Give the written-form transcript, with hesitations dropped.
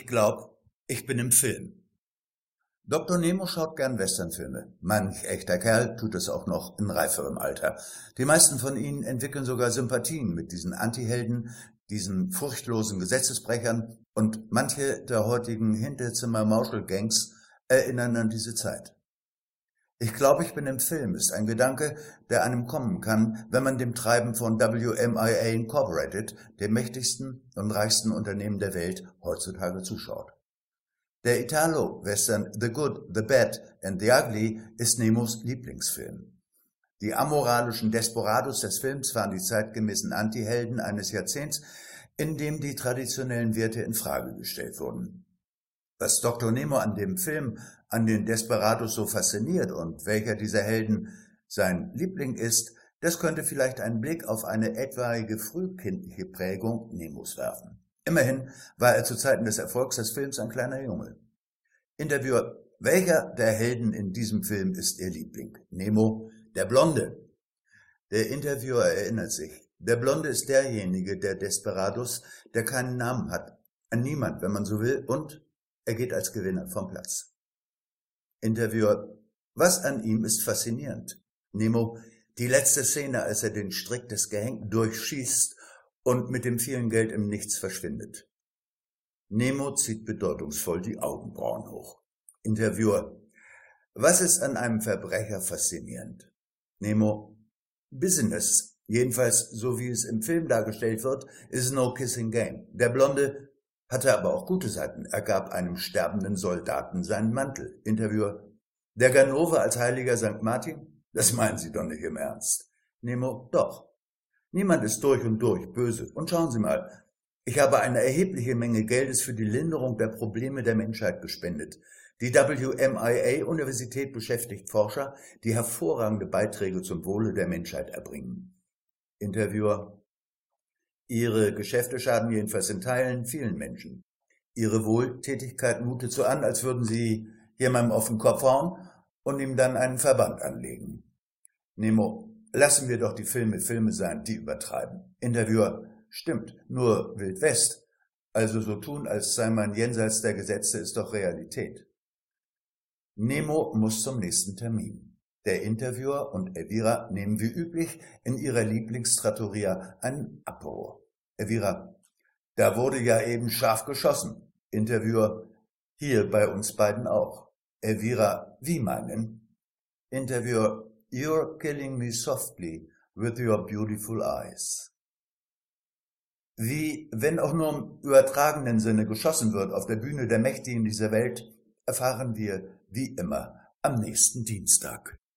glaube, ich bin im Film. Dr. Nemo schaut gern Westernfilme. Manch echter Kerl tut es auch noch in reiferem Alter. Die meisten von ihnen entwickeln sogar Sympathien mit diesen Antihelden, diesen furchtlosen Gesetzesbrechern, und manche der heutigen Hinterzimmer-Mauschel-Gangs erinnern an diese Zeit. Ich glaube, ich bin im Film ist ein Gedanke, der einem kommen kann, wenn man dem Treiben von WMIA Incorporated, dem mächtigsten und reichsten Unternehmen der Welt, heutzutage zuschaut. Der Italo-Western The Good, The Bad and The Ugly ist Nemos Lieblingsfilm. Die amoralischen Desperados des Films waren die zeitgemäßen Antihelden eines Jahrzehnts, in dem die traditionellen Werte in Frage gestellt wurden. Was Dr. Nemo an dem Film, an den Desperados so fasziniert und welcher dieser Helden sein Liebling ist, das könnte vielleicht einen Blick auf eine etwaige frühkindliche Prägung Nemos werfen. Immerhin war er zu Zeiten des Erfolgs des Films ein kleiner Junge. Interviewer: Welcher der Helden in diesem Film ist Ihr Liebling? Nemo: Der Blonde. Der Interviewer erinnert sich: Der Blonde ist derjenige der Desperados, der keinen Namen hat, ein Niemand, wenn man so will, und er geht als Gewinner vom Platz. Interviewer: Was an ihm ist faszinierend? Nemo: Die letzte Szene, als er den Strick des Gehängten durchschießt und mit dem vielen Geld im Nichts verschwindet. Nemo zieht bedeutungsvoll die Augenbrauen hoch. Interviewer: Was ist an einem Verbrecher faszinierend? Nemo: Business. Jedenfalls, so wie es im Film dargestellt wird, is no kissing game. Der Blonde hatte aber auch gute Seiten. Er gab einem sterbenden Soldaten seinen Mantel. Interviewer: Der Ganove als heiliger St. Martin? Das meinen Sie doch nicht im Ernst. Nemo: Doch. Niemand ist durch und durch böse. Und schauen Sie mal, ich habe eine erhebliche Menge Geldes für die Linderung der Probleme der Menschheit gespendet. Die WMIA-Universität beschäftigt Forscher, die hervorragende Beiträge zum Wohle der Menschheit erbringen. Interviewer: Ihre Geschäfte schaden jedenfalls in Teilen vielen Menschen. Ihre Wohltätigkeit mutet so an, als würden Sie jemandem auf den Kopf hauen und ihm dann einen Verband anlegen. Nemo: Lassen wir doch die Filme Filme sein, die übertreiben. Interviewer: Stimmt, nur Wild West. Also so tun, als sei man jenseits der Gesetze, ist doch Realität. Nemo muss zum nächsten Termin. Der Interviewer und Elvira nehmen wie üblich in ihrer Lieblingstrattoria einen Apero. Elvira: Da wurde ja eben scharf geschossen. Interviewer: Hier bei uns beiden auch. Elvira: Wie meinen? Interviewer: You're killing me softly with your beautiful eyes. Wie, wenn auch nur im übertragenen Sinne, geschossen wird auf der Bühne der Mächtigen dieser Welt, erfahren wir wie immer am nächsten Dienstag.